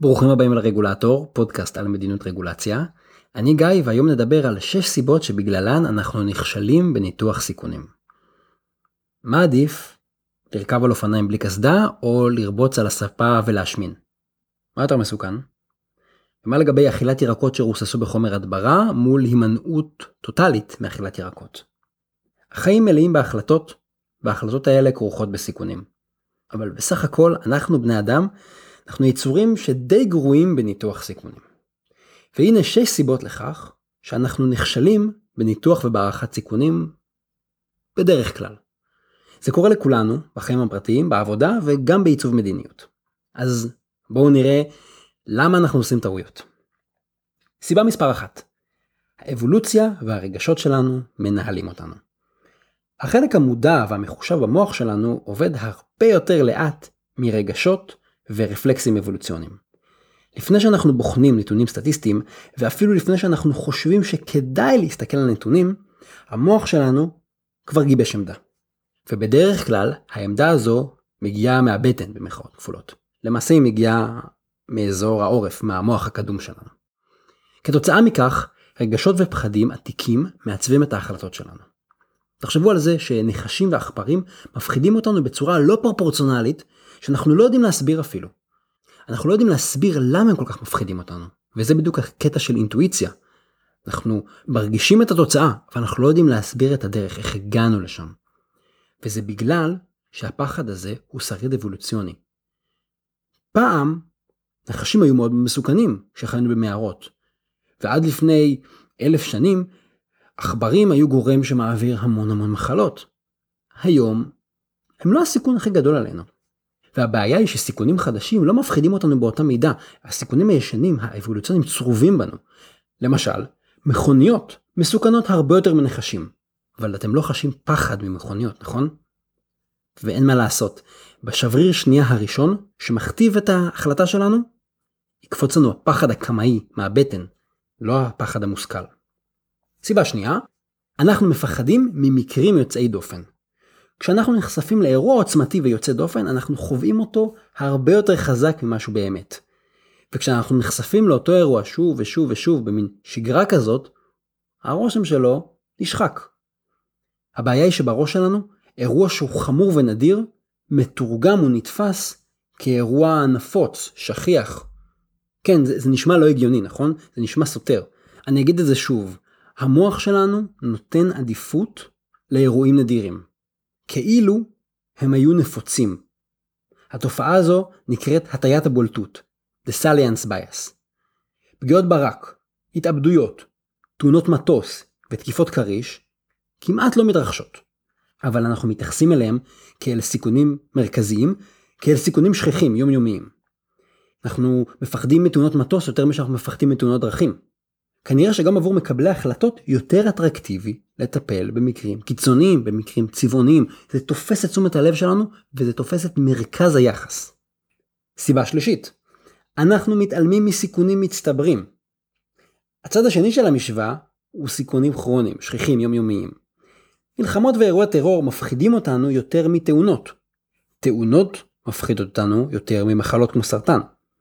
ברוכים הבאים לרגולטור, פודקאסט על מדיניות רגולציה. אני גיא, והיום נדבר על 6 סיבות שבגללן אנחנו נכשלים בניתוח סיכונים. מה עדיף? לרכב על אופניים בלי קסדה או לרבוץ על הספה ולהשמין? מה יותר מסוכן? ומה לגבי אכילת ירקות שרוססו בחומר הדברה מול הימנעות טוטלית מאכילת ירקות? החיים מלאים בהחלטות, וההחלטות האלה כרוכות בסיכונים. אבל בסך הכל אנחנו בני אדם, אנחנו יצורים שדי גרועים בניתוח סיכונים. והנה 6 סיבות לכך שאנחנו נכשלים בניתוח ובערכת סיכונים בדרך כלל. זה קורה לכולנו בחיים הפרטיים, בעבודה וגם בעיצוב מדיניות. אז בואו נראה למה אנחנו עושים טעויות. סיבה מספר 1. האבולוציה והרגשות שלנו מנהלים אותנו. החלק המודע והמחושב במוח שלנו עובד הרבה יותר לאט מרגשות ורפלקסים אבולוציוניים. לפני שאנחנו בוחנים נתונים סטטיסטיים, ואפילו לפני שאנחנו חושבים שכדאי להסתכל על נתונים, המוח שלנו כבר גיבש עמדה. ובדרך כלל העמדה הזו מגיעה מהבטן במרכאות כפולות. למעשה היא מגיעה מאזור העורף, מהמוח הקדום שלנו. כתוצאה מכך, רגשות ופחדים עתיקים מעצבים את ההחלטות שלנו. תחשבו על זה שנחשים ועכברים מפחידים אותנו בצורה לא פרופורציונלית, שאנחנו לא יודעים להסביר אפילו. אנחנו לא יודעים להסביר למה הם כל כך מפחידים אותנו. וזה בדיוק הקטע של אינטואיציה. אנחנו מרגישים את התוצאה, אבל אנחנו לא יודעים להסביר את הדרך, איך הגענו לשם. וזה בגלל שהפחד הזה הוא שריד אבולוציוני. פעם, נחשים היו מאוד מסוכנים כשחיינו במערות. ועד לפני 1000 שנים, עכברים היו גורם שמעביר המון מחלות. היום, הם לא הסיכון הכי גדול עלינו. והבעיה היא שסיכונים חדשים לא מפחידים אותנו באותה מידה. הסיכונים הישנים, האבולוציוניים, צרובים בנו. למשל, מכוניות מסוכנות הרבה יותר מנחשים. אבל אתם לא חשים פחד ממכוניות, נכון? ואין מה לעשות. בשבריר שנייה הראשון, שמכתיב את ההחלטה שלנו, יקפוץ לנו הפחד הקמאי מהבטן, לא הפחד המושכל. סיבה שנייה, אנחנו מפחדים ממקרים יוצאי דופן. כשאנחנו נחשפים לאירוע עוצמתי ויוצא דופן, אנחנו חווים אותו הרבה יותר חזק ממשהו באמת. וכשאנחנו נחשפים לאותו אירוע שוב ושוב במין שגרה כזאת, הרושם שלו נשחק. הבעיה היא שבראש שלנו, אירוע שהוא חמור ונדיר, מתורגם ונתפס כאירוע נפוץ, שכיח. כן, זה נשמע לא הגיוני, נכון? זה נשמע סותר. אני אגיד את זה שוב. המוח שלנו נותן עדיפות לאירועים נדירים. כאילו הם היו נפוצים. התופעה הזו נקראת הטיית הבולטות, the salience bias. פגיעות ברק, התאבדויות, תאונות מטוס ותקיפות קריש כמעט לא מתרחשות. אבל אנחנו מתייחסים אליהם כאל סיכונים מרכזיים, כאל סיכונים שכיחים, יומיומיים. אנחנו מפחדים מתאונות מטוס יותר משאנחנו מפחדים מתאונות דרכים. כנראה שגם עבור מקבלי החלטות יותר אטרקטיבי לטפל במקרים קיצוניים, במקרים צבעוניים. זה תופס את תשומת הלב שלנו וזה תופס את מרכז היחס. סיבה שלישית, אנחנו מתעלמים מסיכונים מצטברים. הצד השני של המשוואה הוא סיכונים כרוניים, שכיחים, יומיומיים. מלחמות ואירועי טרור מפחידים אותנו יותר מתאונות. תאונות מפחידות אותנו יותר ממחלות כמו סרטן.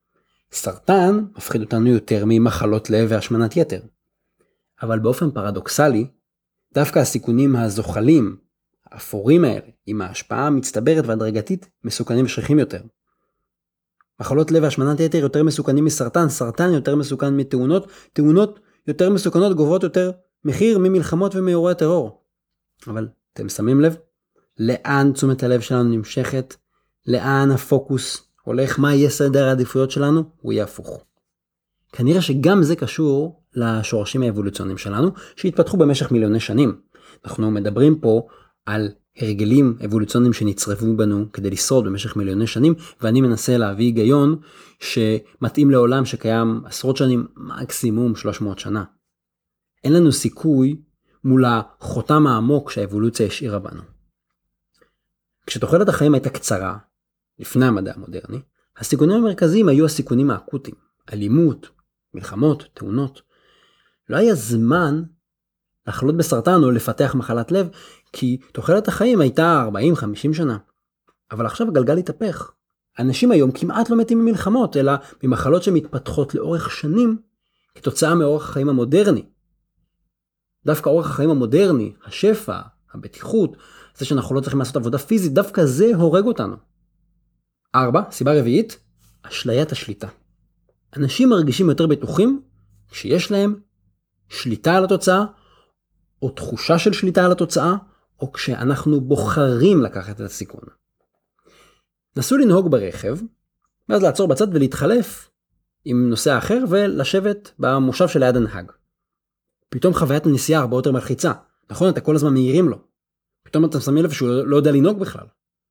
סרטן מפחיד אותנו יותר ממחלות לב והשמנת יתר. אבל באופן פרדוקסלי, דווקא הסיכונים הזוחלים, האפורים האלה, עם ההשפעה המצטברת והדרגתית, מסוכנים ושכיחים יותר. מחלות לב והשמנת יתר יותר מסוכנים מסרטן, סרטן יותר מסוכן מתאונות, תאונות יותר מסוכנות גובות יותר מחיר ממלחמות ומאירועי טרור. אבל אתם שמים לב? לאן תשומת הלב שלנו נמשכת? לאן הפוקוס הולך? מה יהיה סדר העדיפויות שלנו? הוא יהיה הפוך. כנראה שגם זה קשור לשורשים האבולוציוניים שלנו, שהתפתחו במשך מיליוני שנים. אנחנו מדברים פה על הרגלים אבולוציוניים שנצרבו בנו כדי לשרוד במשך מיליוני שנים, ואני מנסה להביא היגיון שמתאים לעולם שקיים עשרות שנים, מקסימום 300 שנה. אין לנו סיכוי מול החותם העמוק שהאבולוציה השאירה בנו. כשתוחלת החיים הייתה קצרה, לפני המדע המודרני, הסיכונים המרכזיים היו הסיכונים האקוטיים, אלימות, מלחמות, תאונות. לא היה זמן לחלות בסרטן או לפתח מחלת לב, כי תוחלת החיים הייתה 40-50 שנה. אבל עכשיו הגלגל התהפך. אנשים היום כמעט לא מתים ממלחמות, אלא ממחלות שמתפתחות לאורך שנים, כתוצאה מאורח החיים המודרני. דווקא אורח החיים המודרני, השפע, הבטיחות, זה שאנחנו לא צריכים לעשות עבודה פיזית, דווקא זה הורג אותנו. 4. סיבה רביעית, אשליית השליטה. אנשים מרגישים יותר בטוחים כשיש להם שליטה על התוצאה, או תחושה של שליטה על התוצאה, או כשאנחנו בוחרים לקחת את הסיכון. נסו לנהוג ברכב, ואז לעצור בצד ולהתחלף עם נוסע אחר ולשבת במושב שליד הנהג. פתאום חוויית הנסיעה הרבה יותר מלחיצה. נכון, אתה כל הזמן מעירים לו. פתאום אתה שמים לב שהוא לא יודע לנהוג בכלל.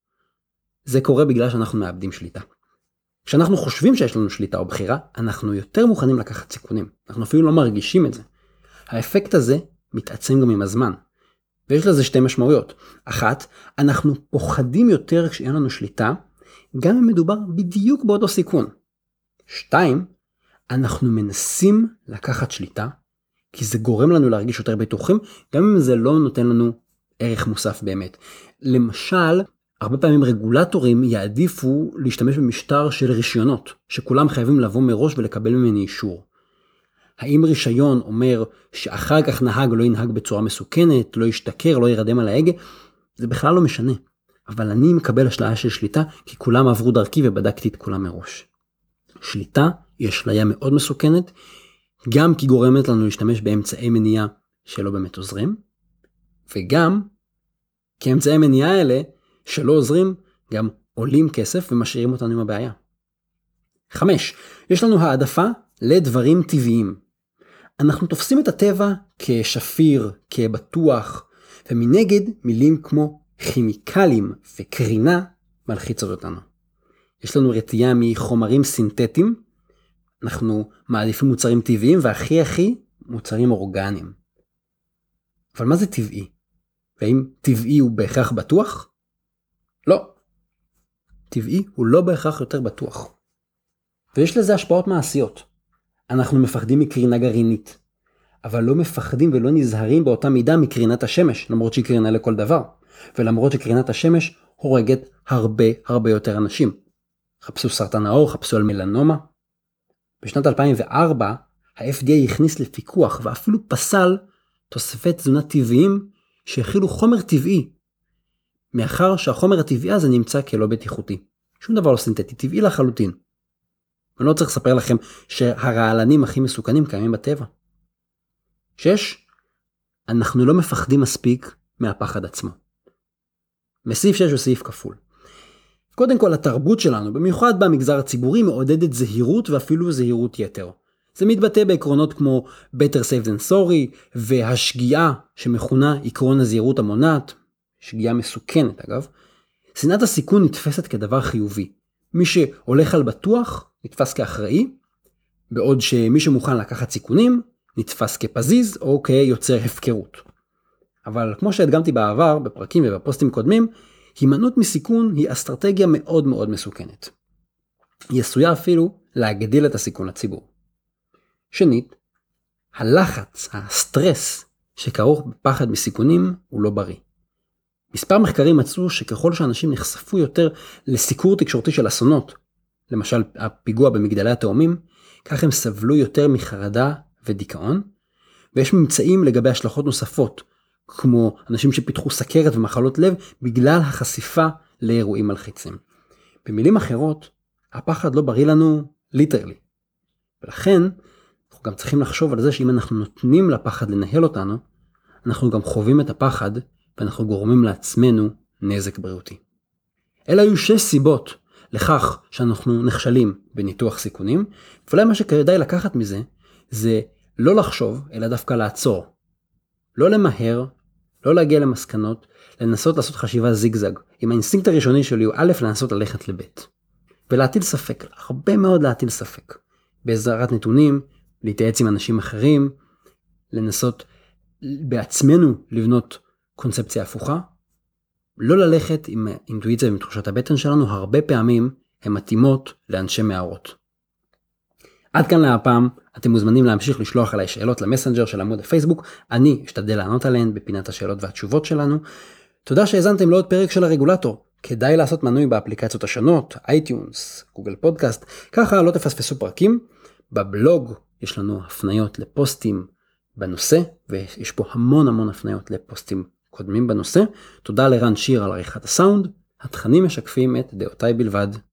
זה קורה בגלל שאנחנו מאבדים שליטה. כשאנחנו חושבים שיש לנו שליטה או בחירה, אנחנו יותר מוכנים לקחת סיכונים. אנחנו אפילו לא מרגישים את זה. האפקט הזה מתעצם גם עם הזמן. ויש לזה שתי משמעויות. אחת, אנחנו פוחדים יותר כשאין לנו שליטה, גם אם מדובר בדיוק באותו סיכון. 2, אנחנו מנסים לקחת שליטה, כי זה גורם לנו להרגיש יותר בטוחים, גם אם זה לא נותן לנו ערך מוסף באמת. למשל, הרבה פעמים רגולטורים יעדיפו להשתמש במשטר של רישיונות, שכולם חייבים לבוא מראש ולקבל ממני אישור. האם רישיון אומר שאחר כך נהג לא ינהג בצורה מסוכנת, לא ישתכר, לא ירדם על ההגה? זה בכלל לא משנה. אבל אני מקבל אשליה של שליטה, כי כולם עברו דרכי ובדקתי את כולם מראש. שליטה היא אשליה מאוד מסוכנת, גם כי גורמת לנו להשתמש באמצעי מניעה שלא באמת עוזרים, וגם כי אמצעי מניעה האלה שלא עוזרים גם עולים כסף ומשאירים אותנו עם הבעיה. 5. יש לנו העדפה לדברים טבעיים. אנחנו תופסים את הטבע כשפיר, כבטוח, ומנגד מילים כמו כימיקלים וקרינה מלחיצות אותנו. יש לנו רתיעה מחומרים סינתטיים, אנחנו מעדיפים מוצרים טבעיים, והכי מוצרים אורגניים. אבל מה זה טבעי? והאם טבעי הוא בהכרח בטוח? לא. טבעי הוא לא בהכרח יותר בטוח. ויש לזה השפעות מעשיות. אנחנו מפחדים מקרינה גרעינית, אבל לא מפחדים ולא נזהרים באותה מידה מקרינת השמש, למרות שהיא קרינה לכל דבר, ולמרות שקרינת השמש הורגת הרבה יותר אנשים. חפשו סרטן העור, חפשו על מלנומה. בשנת 2004, ה-FDA הכניס לפיקוח ואפילו פסל תוספי תזונה טבעיים שהכילו חומר טבעי, מאחר שהחומר הטבעי הזה נמצא כלא בטיחותי. שום דבר לא סינתטי, טבעי לחלוטין. אני לא צריך לספר לכם שהרעלנים הכי מסוכנים קיימים בטבע. 6. אנחנו לא מפחדים מספיק מהפחד עצמו. בסעיף 6 הוא סעיף כפול. קודם כל, התרבות שלנו, במיוחד במגזר הציבורי, מעודדת זהירות ואפילו זהירות יתר. זה מתבטא בעקרונות כמו better safe than sorry, והשגיאה שמכונה עקרון הזהירות המונעת, שגיאה מסוכנת אגב. שנאת הסיכון נתפסת כדבר חיובי. מי שהולך על בטוח נתפס כאחראי, בעוד שמי שמוכן לקחת סיכונים נתפס כפזיז או כיוצר הפקרות. אבל כמו שהדגמתי בעבר, בפרקים ובפוסטים קודמים, הימנעות מסיכון היא אסטרטגיה מאוד מסוכנת. היא עשויה אפילו להגדיל את הסיכון לציבור. שנית, הלחץ, הסטרס שכרוך בפחד מסיכונים הוא לא בריא. מספר מחקרים מצאו שככל שאנשים נחשפו יותר לסיקור תקשורתי של אסונות, למשל הפיגוע במגדלי התאומים, כך הם סבלו יותר מחרדה ודיכאון, ויש ממצאים לגבי השלכות נוספות, כמו אנשים שפיתחו סכרת ומחלות לב בגלל החשיפה לאירועים מלחיצים. במילים אחרות, הפחד לא בריא לנו ליטרלי. ולכן, אנחנו גם צריכים לחשוב על זה שאם אנחנו נותנים לפחד לנהל אותנו, אנחנו גם חווים את הפחד ואנחנו גורמים לעצמנו נזק בריאותי. אלה היו 6 סיבות לכך שאנחנו נכשלים בניתוח סיכונים, ואולי מה שכדאי לקחת מזה, זה לא לחשוב, אלא דווקא לעצור. לא למהר, לא להגיע למסקנות, לנסות לעשות חשיבה זיגזג. אם האינסטינקט הראשוני שלי הוא א', לנסות ללכת לב'. ולהטיל ספק, הרבה מאוד להטיל ספק. בעזרת נתונים, להתייעץ עם אנשים אחרים, לנסות בעצמנו לבנות קונספציה הפוכה, לא ללכת עם אינטואיציה ועם תחושת הבטן שלנו, הרבה פעמים הן מתאימות לאנשי מערות. עד כאן להפעם, אתם מוזמנים להמשיך לשלוח עליי שאלות למסנג'ר של עמוד הפייסבוק, אני אשתדל לענות עליהן בפינת השאלות והתשובות שלנו. תודה שהאזנתם לעוד פרק של הרגולטור, כדאי לעשות מנוי באפליקציות השונות, אייטיונס, גוגל פודקאסט, ככה לא תפספסו פרקים. בבלוג יש לנו הפניות לפוסטים בנושא, ויש פה המון הפניות לפוסטים קודמים בנושא. תודה לרן שיר על עריכת הסאונד, התכנים משקפים את דעותיי בלבד.